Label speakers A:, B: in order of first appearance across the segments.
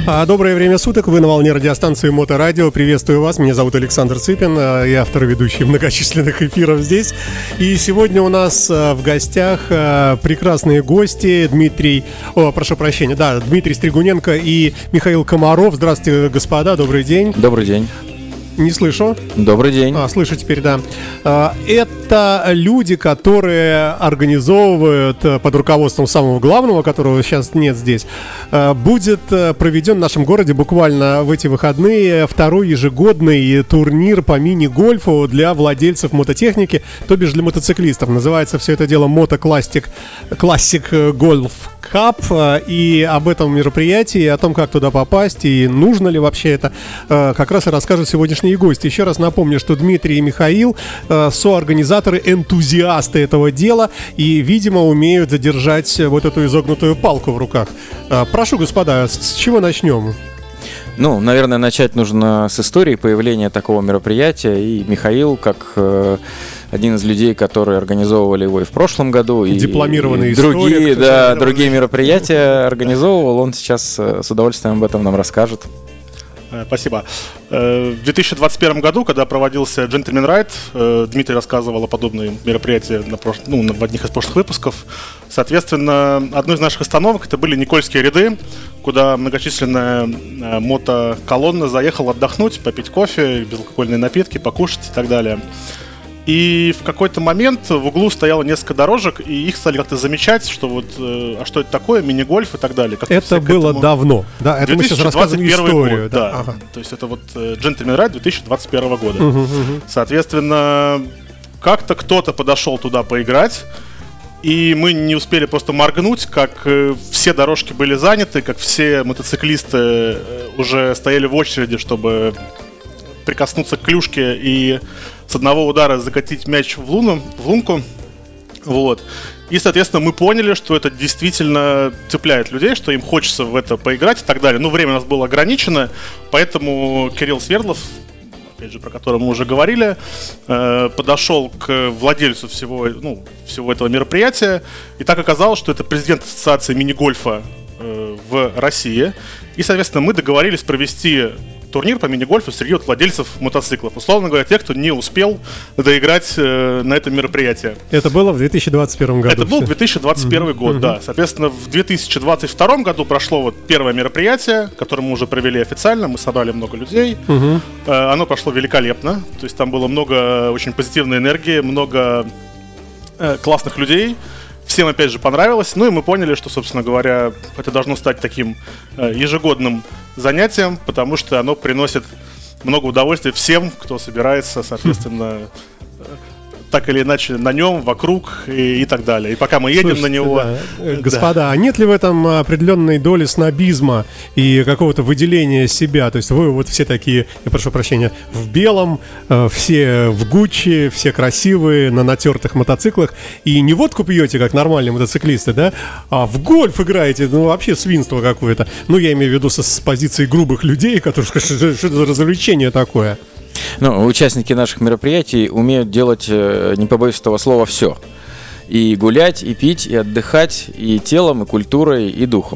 A: Доброе время суток, вы на волне радиостанции Моторадио. Приветствую вас, меня зовут Александр Цыпин, я автор и ведущий многочисленных эфиров здесь. И сегодня у нас в гостях прекрасные гости Дмитрий Стригуненко и Михаил Комаров. Здравствуйте, господа, добрый день.
B: Добрый день.
A: Не слышу.
B: Добрый день.
A: Слышу теперь, да. Это люди, которые организовывают под руководством самого главного, которого сейчас нет здесь. Будет проведен в нашем городе буквально в эти выходные второй ежегодный турнир по мини-гольфу для владельцев мототехники, то бишь для мотоциклистов. Называется все это дело Мотоклассик Гольф Кап. И об этом мероприятии, о том, как туда попасть и нужно ли вообще это, как раз и расскажут сегодняшние гости. Еще раз напомню, что Дмитрий и Михаил соорганизаторы, энтузиасты этого дела и, видимо, умеют задержать вот эту изогнутую палку в руках. Прошу, господа, с чего начнем?
B: Ну, наверное, начать нужно с истории появления такого мероприятия. И Михаил, как один из людей, которые организовывали его и в прошлом году, и
A: дипломированный
B: историк, другие мероприятия организовывал, он сейчас с удовольствием об этом нам расскажет.
C: Спасибо. В 2021 году, когда проводился Gentleman Ride, Дмитрий рассказывал о подобном мероприятии в одних из прошлых выпусков. Соответственно, одной из наших остановок это были Никольские ряды, куда многочисленная мотоколонна заехала отдохнуть, попить кофе, безалкогольные напитки, покушать и так далее. И в какой-то момент в углу стояло несколько дорожек, и их стали как-то замечать, что вот, а что это такое, мини-гольф и так далее.
A: Это было давно, да? Это мы сейчас рассказываем историю.
C: Год, да. Ага. То есть это вот Gentleman Ride 2021 года. Соответственно, как-то кто-то подошел туда поиграть, и мы не успели просто моргнуть, как все дорожки были заняты, как все мотоциклисты уже стояли в очереди, чтобы прикоснуться к клюшке и с одного удара закатить мяч в лунку. Вот. И, соответственно, мы поняли, что это действительно цепляет людей, что им хочется в это поиграть и так далее. Ну, время у нас было ограничено, поэтому Кирилл Свердлов, опять же, про которого мы уже говорили, подошел к владельцу всего этого мероприятия. И так оказалось, что это президент ассоциации мини-гольфа в России. И, соответственно, мы договорились провести турнир по мини-гольфу среди владельцев мотоциклов. Условно говоря, тех, кто не успел доиграть на это мероприятие.
A: Это было в 2021 году.
C: Это был 2021 год, да. Соответственно, в 2022 году прошло вот первое мероприятие, которое мы уже провели официально. Мы собрали много людей. Оно прошло великолепно. То есть там было много очень позитивной энергии, много классных людей. Всем, опять же, понравилось. Ну и мы поняли, что, собственно говоря, это должно стать таким ежегодным занятием, потому что оно приносит много удовольствия всем, кто собирается, соответственно, так или иначе на нем, вокруг и так далее. И пока мы едем на него...
A: Да. Господа, а нет ли в этом определенной доли снобизма и какого-то выделения себя? То есть вы вот все такие, я прошу прощения, в белом, все в Гуччи, все красивые, на натертых мотоциклах, и не водку пьете, как нормальные мотоциклисты, да, а в гольф играете, ну вообще свинство какое-то. Ну, я имею в виду с позиции грубых людей, которые скажут, что это за развлечение такое?
B: Ну, участники наших мероприятий умеют делать, не побоюсь этого слова, все. И гулять, и пить, и отдыхать, и телом, и культурой, и духом.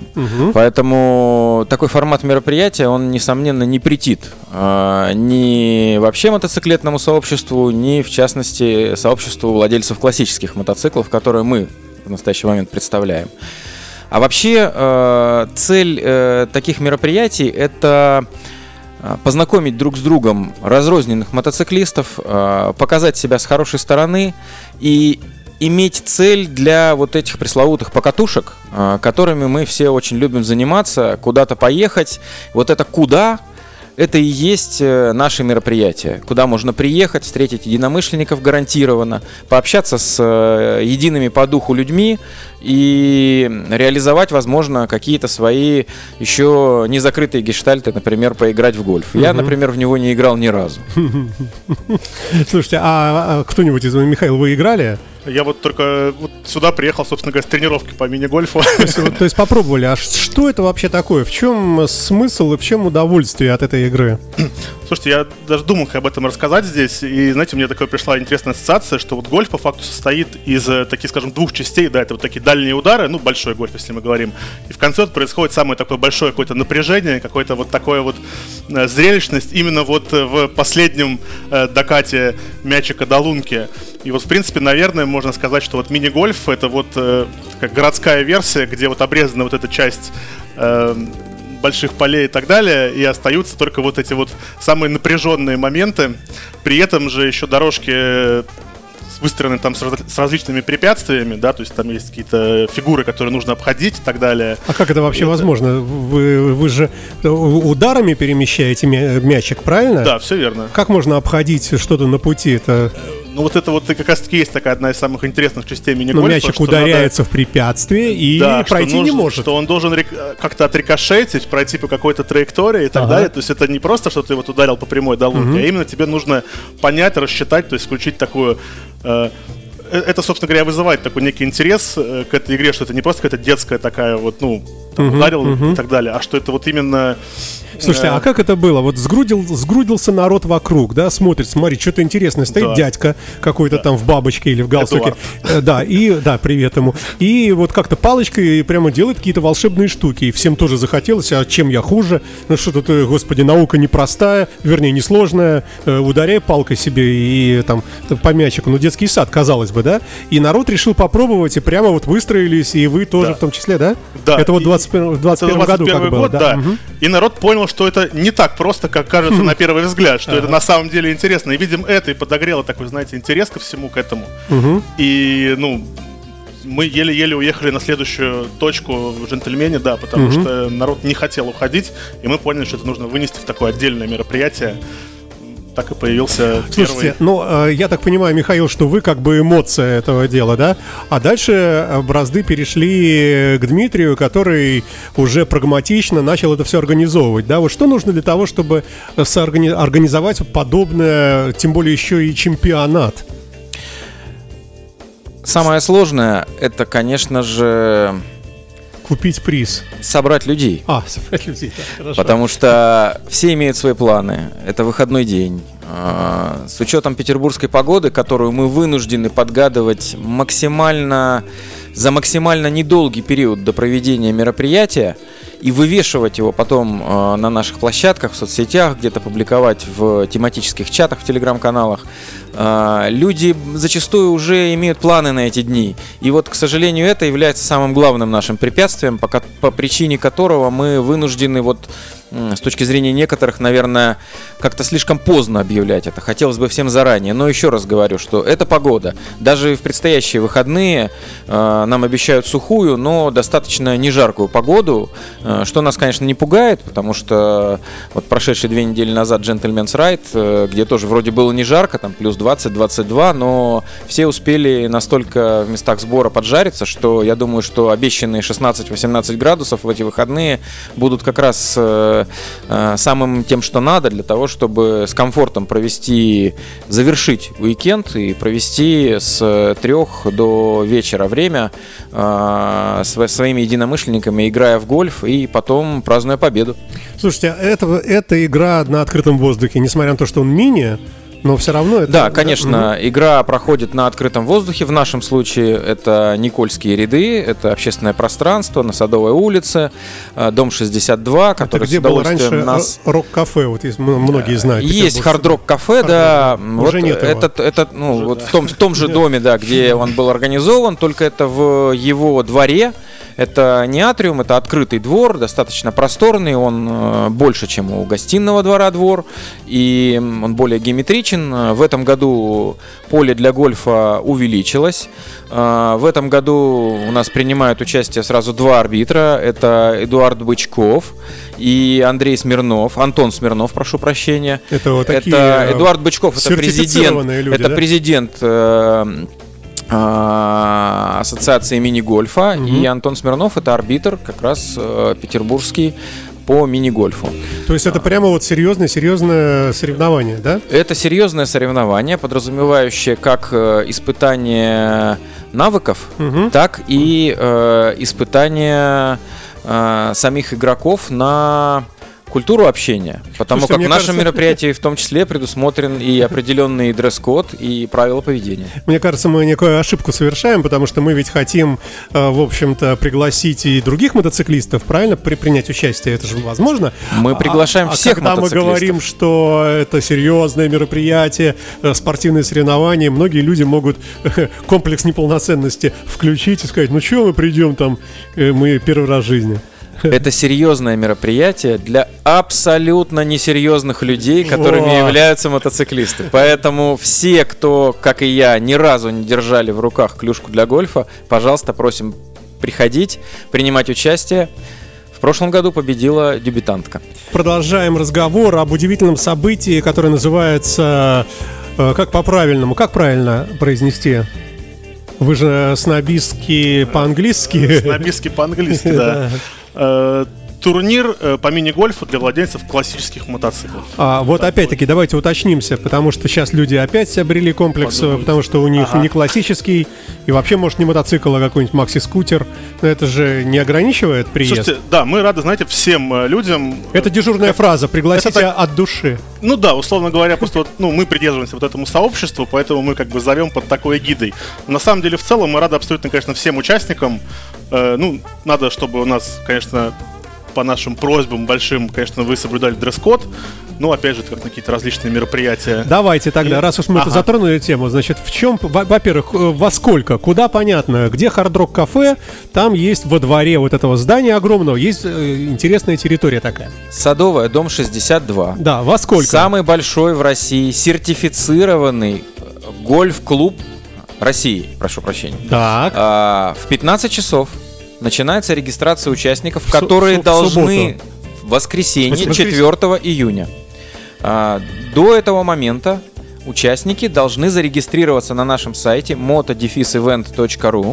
B: Поэтому такой формат мероприятия, он, несомненно, не претит ни вообще мотоциклетному сообществу, ни, в частности, сообществу владельцев классических мотоциклов, которые мы в настоящий момент представляем. А вообще, цель таких мероприятий – это познакомить друг с другом разрозненных мотоциклистов, показать себя с хорошей стороны и иметь цель для вот этих пресловутых покатушек, которыми мы все очень любим заниматься, куда-то поехать. Вот это куда? Это и есть наше мероприятие, куда можно приехать, встретить единомышленников гарантированно, пообщаться с едиными по духу людьми и реализовать, возможно, какие-то свои еще не закрытые гештальты, например, поиграть в гольф. Я, например, в него не играл ни разу.
A: Слушайте, а кто-нибудь из Михаил, вы играли?
C: Я вот только вот сюда приехал, собственно говоря, с тренировки по мини-гольфу.
A: То есть попробовали. А что это вообще такое? В чем смысл и в чем удовольствие от этой игры?
C: Слушайте, я даже думал, как об этом рассказать здесь. И, знаете, мне такая пришла интересная ассоциация, что вот гольф по факту состоит из таких, скажем, двух частей. Да, это вот такие дальние удары, ну, большой гольф, если мы говорим. И в конце вот происходит самое такое большое какое-то напряжение, какое-то вот такое вот зрелищность именно вот в последнем докате мячика до лунки. И вот, в принципе, наверное, можно сказать, что вот мини-гольф — это вот как городская версия, где вот обрезана вот эта часть больших полей и так далее, и остаются только вот эти вот самые напряженные моменты. При этом же еще дорожки выстроены там с различными препятствиями, да, то есть там есть какие-то фигуры, которые нужно обходить и так далее.
A: А как это вообще возможно? Вы же ударами перемещаете мячик, правильно?
C: Да, все верно.
A: Как можно обходить что-то на пути? Это...
C: Ну вот это вот как раз таки есть такая одна из самых интересных частей мини-гольфа.
A: Но мячик ударяется в препятствие и да, пройти не может.
C: Что он должен как-то отрикошетить, пройти по какой-то траектории и так далее. То есть это не просто, что ты вот ударил по прямой до лунки, а именно тебе нужно понять, рассчитать, то есть включить такую... Это, собственно говоря, вызывает такой некий интерес к этой игре, что это не просто какая-то детская такая вот, ну, там, ударил и так далее, а что это вот именно...
A: Слушайте, а как это было? Вот сгрудился народ вокруг, да, смотрит, смотри, что-то интересное, стоит дядька какой-то там в бабочке или в галстуке. Да, привет ему. И вот как-то палочкой прямо делает какие-то волшебные штуки. И всем тоже захотелось, а чем я хуже? Ну что тут, господи, наука непростая, вернее, несложная. Ударяй палкой себе и там по мячику. Ну, детский сад, казалось бы, да? И народ решил попробовать, и прямо вот выстроились, и вы тоже в том числе, да?
C: Да.
A: Это вот в 21 году как было,
C: да. И народ понял, что это не так просто, как кажется на первый взгляд, что это на самом деле интересно. И, видим, это и подогрело такой, знаете, интерес ко всему к этому. И, ну, мы еле-еле уехали на следующую точку в «Джентльмене», да, потому что народ не хотел уходить, и мы поняли, что это нужно вынести в такое отдельное мероприятие. Так и появился
A: Слушайте, ну, я так понимаю, Михаил, что вы как бы эмоция этого дела, да? А дальше бразды перешли к Дмитрию, который уже прагматично начал это все организовывать, да? Вот что нужно для того, чтобы организовать подобное, тем более еще и чемпионат?
B: Самое сложное — это, конечно же...
A: Купить приз.
B: Собрать людей.
A: Собрать людей, да, хорошо.
B: Потому что все имеют свои планы. Это выходной день. С учетом петербургской погоды, которую мы вынуждены подгадывать за максимально недолгий период до проведения мероприятия и вывешивать его потом на наших площадках, в соцсетях, где-то публиковать в тематических чатах, в телеграм-каналах, люди зачастую уже имеют планы на эти дни. И вот, к сожалению, это является самым главным нашим препятствием, по причине которого мы вынуждены вот с точки зрения некоторых, наверное, как-то слишком поздно объявлять это. Хотелось бы всем заранее. Но еще раз говорю, что это погода. Даже в предстоящие выходные нам обещают сухую, но достаточно не жаркую погоду, что нас, конечно, не пугает, потому что вот прошедшие 2 недели назад Gentleman's Ride, где тоже вроде было не жарко, там плюс 20-22, но все успели настолько в местах сбора поджариться, что я думаю, что обещанные 16-18 градусов в эти выходные будут как раз самым тем, что надо для того, чтобы с комфортом завершить уикенд и провести с 3 до вечера время своими единомышленниками, играя в гольф и потом празднуя победу.
A: Слушайте, это игра на открытом воздухе, несмотря на то, что он мини, но все равно это...
B: Да, конечно, игра проходит на открытом воздухе. В нашем случае это Никольские ряды, это общественное пространство на Садовой улице, дом 62, который
A: где
B: с удовольствием
A: было раньше рок-кафе, вот многие знают.
B: Есть хард-рок-кафе, да.
A: Уже нет его.
B: Это вот в том же доме, да, где он был организован, только это в его дворе. Это не атриум, это открытый двор, достаточно просторный, он больше, чем у гостиного двора двор, и он более геометричен. В этом году поле для гольфа увеличилось. В этом году у нас принимают участие сразу 2 арбитра. Это Эдуард Бычков и Андрей Смирнов, Антон Смирнов, прошу прощения.
A: Это вот такие
B: Эдуард Бычков, это президент,
A: люди, да?
B: Президент ассоциации мини-гольфа, и Антон Смирнов — это арбитр, как раз петербургский по мини-гольфу.
A: То есть это прямо вот серьезное соревнование, да?
B: Это серьезное соревнование, подразумевающее как испытание навыков, так и испытание самих игроков на культуру общения. Потому
A: Слушайте,
B: как в нашем мероприятии в том числе предусмотрен и определенный дресс-код, и правила поведения.
A: Мне кажется, мы некую ошибку совершаем, потому что мы ведь хотим, в общем-то, пригласить и других мотоциклистов, правильно, принять участие. Это же возможно.
B: Мы приглашаем всех
A: когда
B: мотоциклистов.
A: Мы говорим, что это серьезное мероприятие, спортивные соревнования, многие люди могут комплекс неполноценности включить и сказать, ну что мы придем там, мы первый раз в жизни.
B: Это серьезное мероприятие для абсолютно несерьезных людей, которыми являются мотоциклисты. Поэтому все, кто, как и я, ни разу не держали в руках клюшку для гольфа, пожалуйста, просим приходить, принимать участие. В прошлом году победила дебютантка.
A: Продолжаем разговор об удивительном событии, которое называется... Как по-правильному? Как правильно произнести? Вы же снобистки по-английски.
C: Снобистки по-английски, да. Турнир по мини-гольфу для владельцев классических мотоциклов.
A: Вот опять-таки давайте уточнимся, потому что сейчас люди опять обрели комплекс, потому что у них не классический, и вообще, может, не мотоцикл, а какой-нибудь макси-скутер. Но это же не ограничивает приезд.
C: Слушайте, да, мы рады, знаете, всем людям.
A: Это дежурная фраза, пригласите от души.
C: Ну да, условно говоря, просто вот, мы придерживаемся вот этому сообществу, поэтому мы как бы зовем под такой эгидой. На самом деле, в целом, мы рады абсолютно, конечно, всем участникам. Надо, чтобы у нас, конечно, по нашим просьбам большим, конечно, вы соблюдали дресс-код. Ну, опять же, как на какие-то различные мероприятия.
A: Давайте тогда, раз уж мы это затронули тему, значит, в чем, во-первых, во сколько, куда понятно, где Хард-Рок кафе, там есть во дворе вот этого здания огромного, есть интересная территория такая.
B: Садовая, дом 62.
A: Да, во сколько?
B: Самый большой в России сертифицированный гольф-клуб России, прошу прощения.
A: Так.
B: В 15 часов начинается регистрация участников, которые должны в воскресенье 4 июня. До этого момента участники должны зарегистрироваться на нашем сайте moto-event.ru,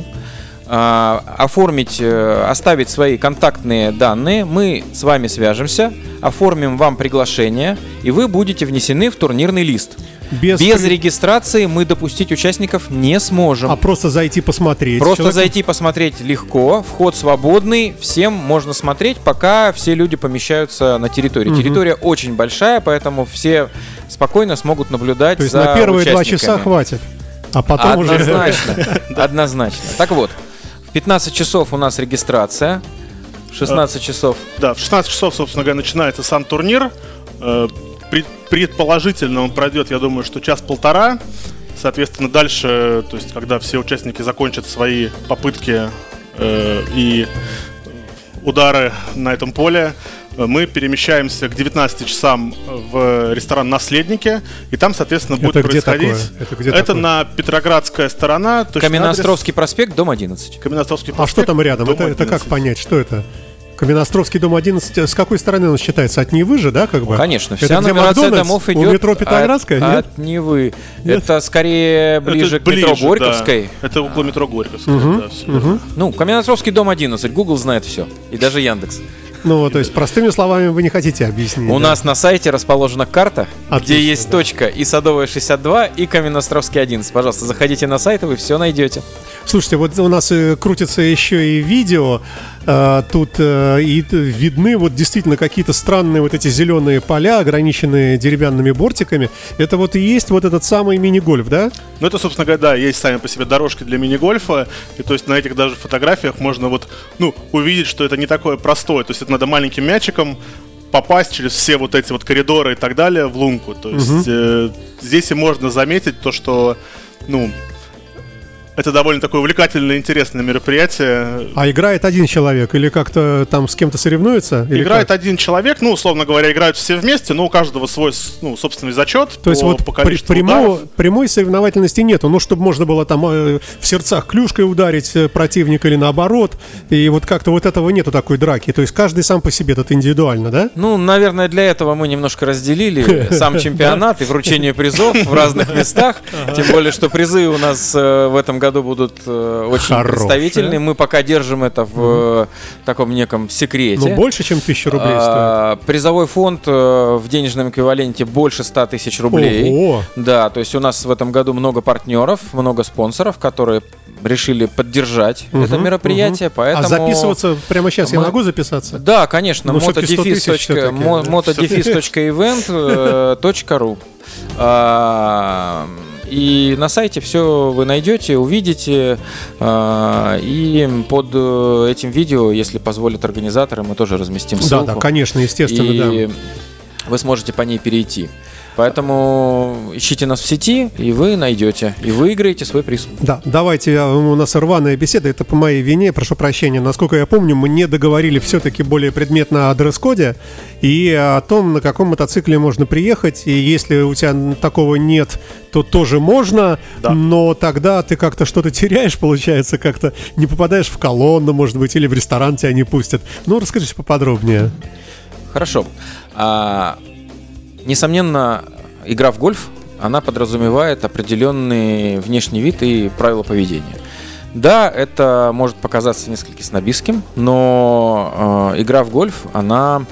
B: оставить свои контактные данные, мы с вами свяжемся, оформим вам приглашение, и вы будете внесены в турнирный лист. Без регистрации мы допустить участников не сможем.
A: А просто зайти посмотреть?
B: Просто зайти посмотреть легко, вход свободный, всем можно смотреть, пока все люди помещаются на территории. Территория очень большая, поэтому все спокойно смогут наблюдать за участниками.
A: То есть на первые 2 часа хватит, а потом
B: Однозначно. Так вот, в 15 часов у нас регистрация, в 16 часов...
C: Да, в 16 часов, собственно говоря, начинается сам турнир. Предположительно он пройдет, я думаю, что час-полтора. Соответственно, дальше, то есть, когда все участники закончат свои попытки и удары на этом поле, мы перемещаемся к 19 часам в ресторан «Наследники», и там, соответственно, будет происходить... Это на Петроградская сторона.
B: Каменноостровский проспект, дом 11.
C: Каменноостровский проспект,
A: а что там рядом? Это как понять, что это? Каменноостровский дом 11, с какой стороны он считается? От Невы же, да, как бы?
B: Конечно,
A: это
B: вся нумерация домов идет
A: у метро Петроградская,
B: от Невы. Нет? Это скорее ближе к метро Горьковской.
C: Да. Это около метро Горьковской.
B: Ну, Каменноостровский дом 11, Google знает все. И даже Яндекс.
A: Ну, то есть, простыми словами вы не хотите объяснить.
B: У нас на сайте расположена карта, где есть точка и Садовая 62, и Каменноостровский 11. Пожалуйста, заходите на сайт, и вы все найдете.
A: Слушайте, вот у нас крутится еще и видео. Тут и видны вот действительно какие-то странные вот эти зеленые поля, ограниченные деревянными бортиками. Это вот и есть вот этот самый мини-гольф, да?
C: Ну, это, собственно говоря, да, есть сами по себе дорожки для мини-гольфа. И то есть на этих даже фотографиях можно вот, увидеть, что это не такое простое. То есть это надо маленьким мячиком попасть через все вот эти вот коридоры и так далее в лунку. То есть здесь и можно заметить то, что, это довольно такое увлекательное, интересное мероприятие.
A: А играет один человек или как-то там с кем-то соревнуется?
C: Играет один человек, условно говоря, играют все вместе, но у каждого свой, собственный зачет.
A: То есть вот прямой соревновательности нету, чтобы можно было там в сердцах клюшкой ударить противника или наоборот, и вот как-то вот этого нету такой драки. То есть каждый сам по себе, это индивидуально, да?
B: Наверное, для этого мы немножко разделили сам чемпионат и вручение призов в разных местах, тем более, что призы у нас в этом году году будут очень представительны. Мы пока держим это в таком неком секрете.
A: Но больше, чем 1000 рублей стоит.
B: Призовой фонд в денежном эквиваленте больше 100 тысяч рублей.
A: Ого.
B: Да, то есть у нас в этом году много партнеров, много спонсоров, которые решили поддержать это мероприятие. Поэтому
A: А записываться прямо сейчас я могу записаться?
B: Да, конечно. motodefis.event.ru. И на сайте все вы найдете, увидите. И под этим видео, если позволят организаторы, мы тоже разместим ссылку.
A: Да, конечно, естественно,
B: и вы сможете по ней перейти. Поэтому ищите нас в сети, и вы найдете, и выиграете свой приз.
A: Да, давайте, у нас рваная беседа, это по моей вине, прошу прощения. Насколько я помню, мы не договорили все-таки более предметно о дресс-коде и о том, на каком мотоцикле можно приехать. И если у тебя такого нет, то тоже можно, но тогда ты как-то что-то теряешь, получается, как-то не попадаешь в колонну, может быть, или в ресторан тебя не пустят. Ну, расскажите поподробнее.
B: Хорошо. Несомненно, игра в гольф, она подразумевает определенный внешний вид и правила поведения. Да, это может показаться несколько снобистским, но игра в гольф, она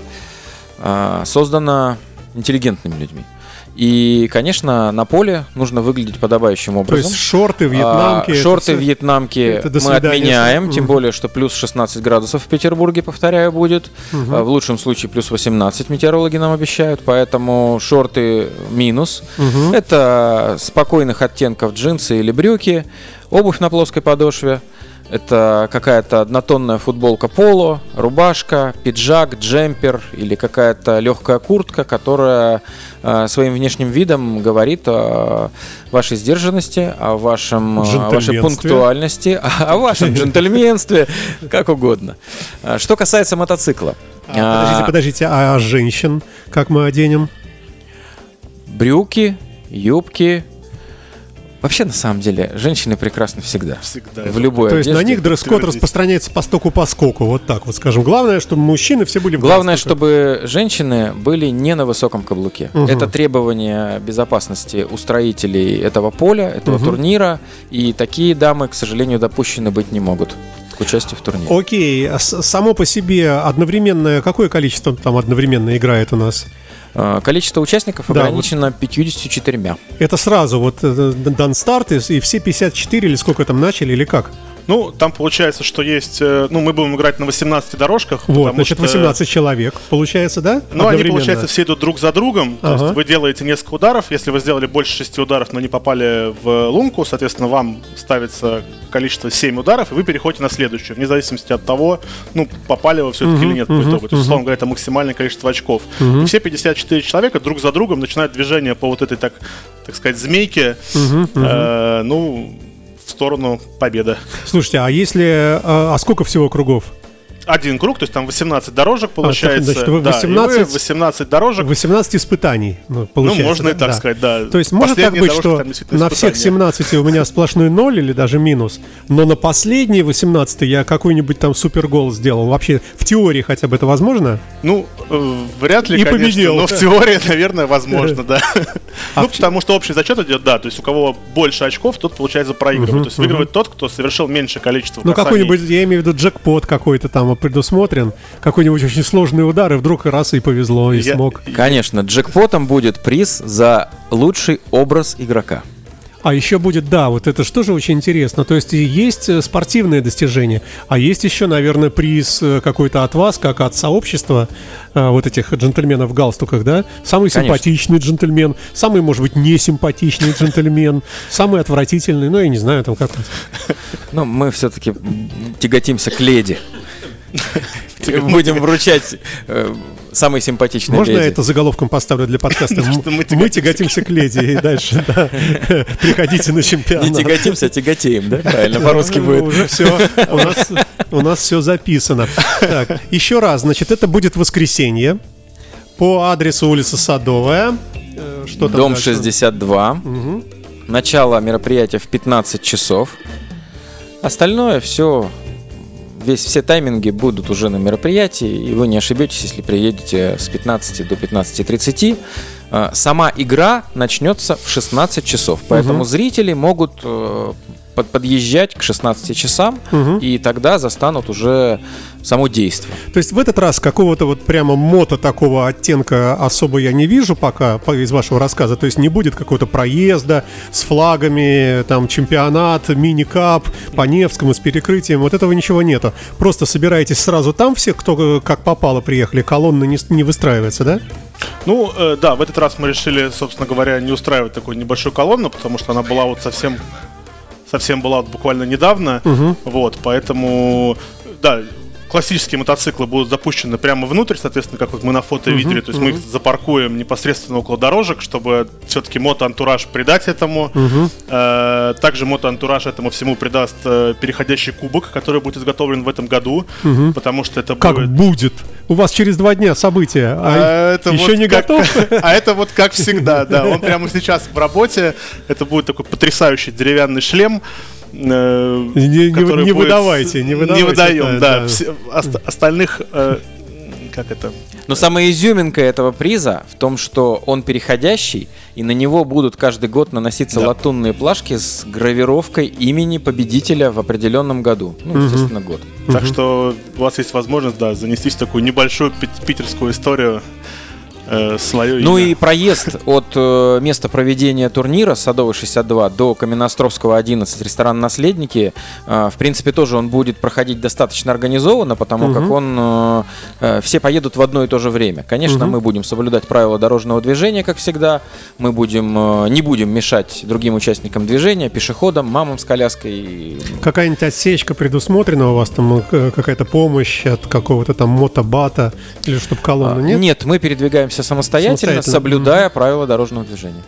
B: создана интеллигентными людьми. И, конечно, на поле нужно выглядеть подобающим образом.
A: То есть шорты, вьетнамки.
B: Шорты, вьетнамки мы отменяем, тем более, что плюс 16 градусов в Петербурге, повторяю, будет. В лучшем случае плюс 18 метеорологи нам обещают, поэтому шорты минус. Это спокойных оттенков джинсы или брюки, обувь на плоской подошве. Это какая-то однотонная футболка поло, рубашка, пиджак, джемпер или какая-то легкая куртка, которая своим внешним видом говорит о вашей сдержанности, о вашей пунктуальности, о вашем джентльменстве, как угодно. Что касается мотоцикла.
A: Подождите, а женщин как мы оденем?
B: Брюки, юбки. Вообще, на самом деле, женщины прекрасны всегда. В любой
A: То
B: одежде.
A: есть на них дресс-код распространяется по скоку, вот так вот скажем. Главное, чтобы мужчины все были в
B: Главное, чтобы женщины были не на высоком каблуке. Это требование безопасности у строителей этого поля, этого турнира. И такие дамы, к сожалению, допущены быть не могут к участию в турнире.
A: Окей, само по себе одновременное, какое количество там одновременно играет у нас?
B: Количество участников ограничено 54.
A: Это сразу вот дан старт, и все 54 или сколько там начали, или как?
C: Ну, там получается, что есть... Ну, мы будем играть на 18 дорожках.
A: Вот, значит, 18 человек, получается, да?
C: Ну, они, получается, все идут друг за другом. То есть вы делаете несколько ударов. Если вы сделали больше 6 ударов, но не попали в лунку, соответственно, вам ставится количество 7 ударов, и вы переходите на следующую, вне зависимости от того, ну, попали вы все-таки или нет по итогу. То есть, условно говоря, это максимальное количество очков. И все 54 человека друг за другом начинают движение по вот этой, так сказать, змейке. Ну... в сторону победы.
A: Слушайте, а если... А сколько всего кругов?
C: Один круг, то есть там 18 дорожек получается.
A: Значит, 18
C: дорожек.
A: 18 испытаний. Ну,
C: можно и так сказать, да.
A: То есть может так быть, что на всех 17 у меня сплошной 0 или даже минус, но на последние 18 я какой-нибудь там супергол сделал. Вообще, в теории хотя бы это возможно?
C: Ну, вряд ли,
A: и
C: конечно,
A: победил.
C: Но в теории, наверное, возможно, да. Ну, потому что общий зачет идет, да, то есть у кого больше очков, тот, получается, проигрывает. То есть выигрывает тот, кто совершил меньше количество касаний.
A: Ну, какой-нибудь, я имею в виду джекпот какой-то там предусмотрен, какой-нибудь очень сложный удар, и вдруг раз и повезло, и смог.
B: Конечно, джекпотом будет приз за лучший образ игрока.
A: А еще будет, да, вот это что же очень интересно. То есть есть спортивные достижения, а есть еще, наверное, приз какой-то от вас, как от сообщества вот этих джентльменов в галстуках, да? Самый симпатичный джентльмен, самый, может быть, несимпатичный джентльмен, самый отвратительный, ну, я не знаю, там как.
B: Ну, мы все-таки тяготимся к леди. Будем вручать самые симпатичные
A: леди.
B: Можно
A: я это заголовком поставлю для подкаста? Мы тяготимся к леди. И дальше, да. Приходите на чемпионат.
B: Не тяготимся, а тяготеем, да? Правильно, по-русски будет.
A: Уже все. У нас все записано. Так, еще раз, значит, это будет воскресенье по адресу улица Садовая. Что там
B: Дом
A: дальше?
B: 62. Начало мероприятия в 15 часов. Остальное все... Все тайминги будут уже на мероприятии, и вы не ошибетесь, если приедете с 15 до 15:30. Сама игра начнется в 16 часов, поэтому зрители могут подъезжать к 16 часам, и тогда застанут уже само действие.
A: То есть в этот раз какого-то вот прямо мото такого оттенка особо я не вижу пока из вашего рассказа. То есть не будет какого-то проезда с флагами, там чемпионат, мини-кап по Невскому с перекрытием. Вот этого ничего нету. Просто собираетесь сразу там все, кто как попало приехали, колонна не выстраивается, да?
C: Ну, да, в этот раз мы решили, собственно говоря, не устраивать такую небольшую колонну, потому что она была вот совсем была вот буквально недавно, вот, поэтому, да, классические мотоциклы будут запущены прямо внутрь, соответственно, как вот мы на фото видели, то есть мы их запаркуем непосредственно около дорожек, чтобы все-таки мотоантураж придать этому. Также мотоантураж этому всему придаст переходящий кубок, который будет изготовлен в этом году, потому что это
A: как будет? У вас через 2 дня события, еще вот не готов?
C: А это вот как всегда, да, он прямо сейчас в работе, это будет такой потрясающий деревянный шлем,
A: не выдавайте. Не
C: выдаем, да. Остальных, как это?
B: Но самая изюминка этого приза в том, что он переходящий, и на него будут каждый год наноситься латунные плашки с гравировкой имени победителя в определенном году. Ну, естественно, год.
C: Так что у вас есть возможность, да, занестись в такую небольшую питерскую историю. Свое имя.
B: Ну и проезд от места проведения турнира Садовой 62 до Каменноостровского 11, ресторан «Наследники», в принципе, тоже он будет проходить достаточно организованно, потому как он все поедут в одно и то же время. Конечно, мы будем соблюдать правила дорожного движения, как всегда. Мы не будем мешать другим участникам движения, пешеходам, мамам с коляской.
A: Какая-нибудь отсечка предусмотрена у вас, там какая-то помощь от какого-то там мотобата, или чтобы колонна, нет?
B: Нет, мы передвигаемся самостоятельно, соблюдая правила дорожного движения.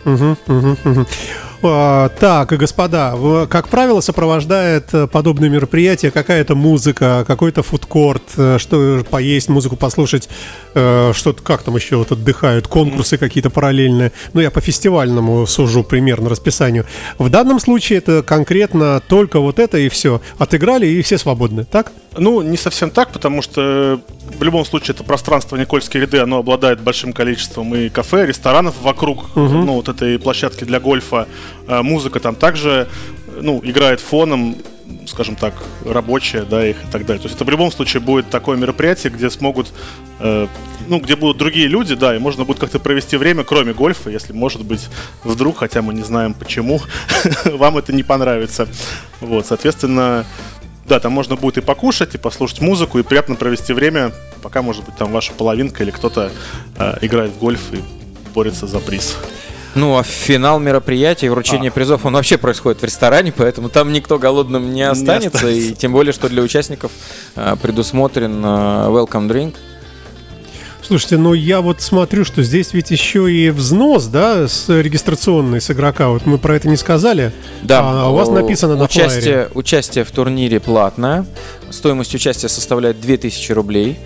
A: Так, господа, как правило, сопровождает подобные мероприятия какая-то музыка, какой-то фудкорт, что поесть, музыку послушать, что-то, как там еще вот отдыхают, конкурсы какие-то параллельные. Ну, я по фестивальному сужу примерно расписанию. В данном случае это конкретно только вот это и все. Отыграли и все свободны, так?
C: Ну, не совсем так, потому что в любом случае это пространство Никольские ряды, оно обладает большим количеством и кафе, ресторанов вокруг, ну, вот этой площадки для гольфа. Музыка там также, ну, играет фоном, скажем так, рабочая, да, их и так далее. То есть это в любом случае будет такое мероприятие, где смогут, где будут другие люди, да, и можно будет как-то провести время, кроме гольфа, если, может быть, вдруг, хотя мы не знаем почему, вам это не понравится. Вот, соответственно, да, там можно будет и покушать, и послушать музыку, и приятно провести время, пока, может быть, там ваша половинка или кто-то играет в гольф и борется за приз.
B: Ну, а финал мероприятия и вручение призов, он вообще происходит в ресторане, поэтому там никто голодным не останется, и тем более, что для участников предусмотрен welcome drink.
A: Слушайте, ну я вот смотрю, что здесь ведь еще и взнос, да, регистрационный с игрока. Вот мы про это не сказали.
B: Да.
A: А у вас написано на флайере.
B: Участие в турнире платное. Стоимость участия составляет 2000 рублей.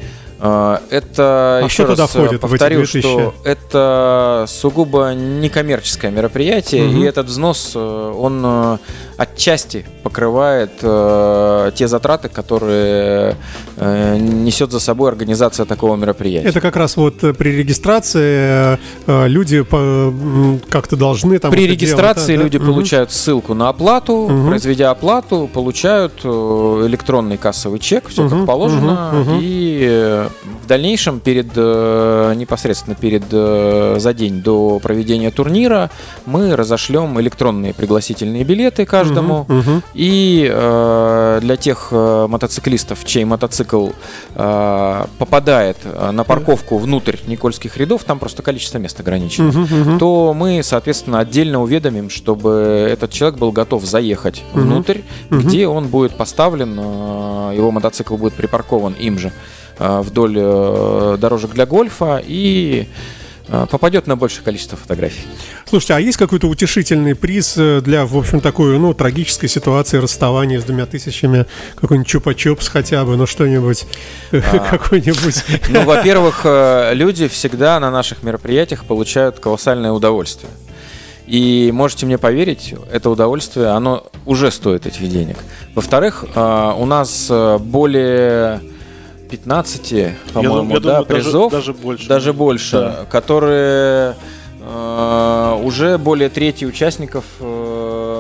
B: Это, еще раз повторю, что это сугубо некоммерческое мероприятие, и этот взнос, он отчасти покрывает те затраты, которые несет за собой организация такого мероприятия.
A: Это как раз вот при регистрации люди как-то должны там...
B: При регистрации люди получают ссылку на оплату, произведя оплату, получают электронный кассовый чек, все как положено, и в дальнейшем непосредственно за день до проведения турнира мы разошлем электронные пригласительные билеты каждому. И для тех мотоциклистов, чей мотоцикл попадает на парковку внутрь Никольских рядов, там просто количество мест ограничено, то мы, соответственно, отдельно уведомим, чтобы этот человек был готов заехать внутрь, где он будет поставлен, его мотоцикл будет припаркован им же вдоль дорожек для гольфа и попадет на большее количество фотографий.
A: Слушайте, а есть какой-то утешительный приз для, в общем, такой, трагической ситуации расставания с 2000, какой-нибудь чупа-чупс хотя бы, что-нибудь, какой-нибудь?
B: Ну, во-первых, люди всегда на наших мероприятиях получают колоссальное удовольствие. И можете мне поверить, это удовольствие, оно уже стоит этих денег. Во-вторых, у нас более 15, по-моему,
C: думаю,
B: призов, даже больше,
C: да.
B: Которые уже более трети участников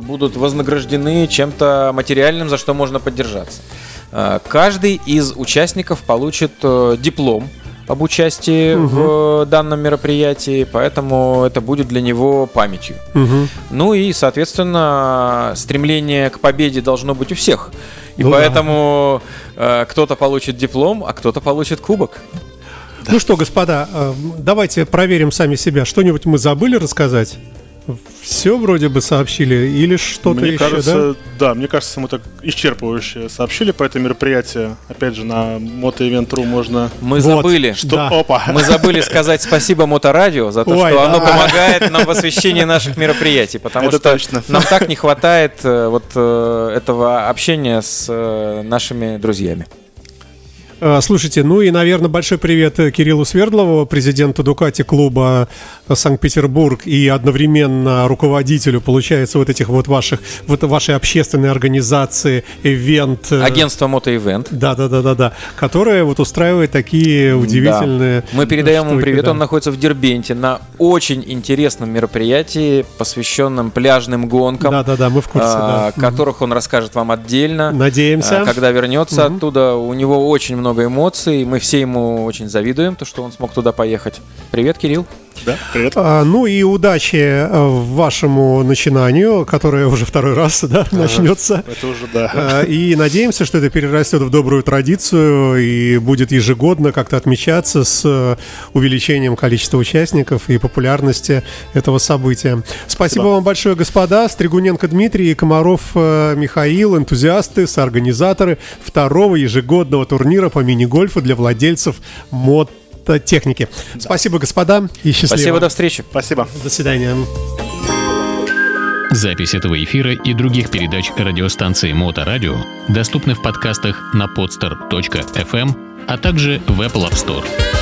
B: будут вознаграждены чем-то материальным, за что можно поддержаться. Каждый из участников получит диплом об участии в данном мероприятии, поэтому это будет для него памятью. Ну и, соответственно, стремление к победе должно быть у всех. И поэтому кто-то получит диплом, а кто-то получит кубок.
A: Ну что, господа, давайте проверим сами себя. Что-нибудь мы забыли рассказать? Все вроде бы сообщили или что-то
C: мне
A: еще,
C: кажется, да? Мне кажется, мы так исчерпывающе сообщили про это мероприятие. Опять же, на Motoevent.ru можно...
B: Мы забыли, мы забыли сказать спасибо Моторадио за то, что оно помогает нам в освещении наших мероприятий, потому что нам так не хватает вот этого общения с нашими друзьями.
A: Слушайте, ну и, наверное, большой привет Кириллу Свердлову, президенту Дукати клуба Санкт-Петербург и одновременно руководителю, получается, вот этих вот вашей общественной организации Event.
B: Агентство Motoevent.
A: Да, которое вот устраивает такие удивительные...
B: Да. Мы передаем ему привет, он находится в Дербенте на очень интересном мероприятии, посвященном пляжным гонкам.
A: Да, мы в курсе,
B: которых он расскажет вам отдельно.
A: Надеемся.
B: Когда вернется оттуда, у него очень много эмоций, мы все ему очень завидуем, то, что он смог туда поехать. Привет, Кирилл.
C: Да, привет.
A: Ну и удачи вашему начинанию, которое уже второй раз начнется.
C: Это уже, да.
A: И надеемся, что это перерастет в добрую традицию и будет ежегодно как-то отмечаться с увеличением количества участников и популярности этого события. Спасибо вам большое, господа. Стригуненко Дмитрий и Комаров Михаил, энтузиасты, соорганизаторы второго ежегодного турнира по мини-гольфу для владельцев мототехники. Да. Спасибо, господа, и счастливо.
B: Спасибо, до встречи.
C: Спасибо.
A: До свидания.
D: Запись этого эфира и других передач радиостанции Моторадио доступны в подкастах на podster.fm, а также в Apple App Store.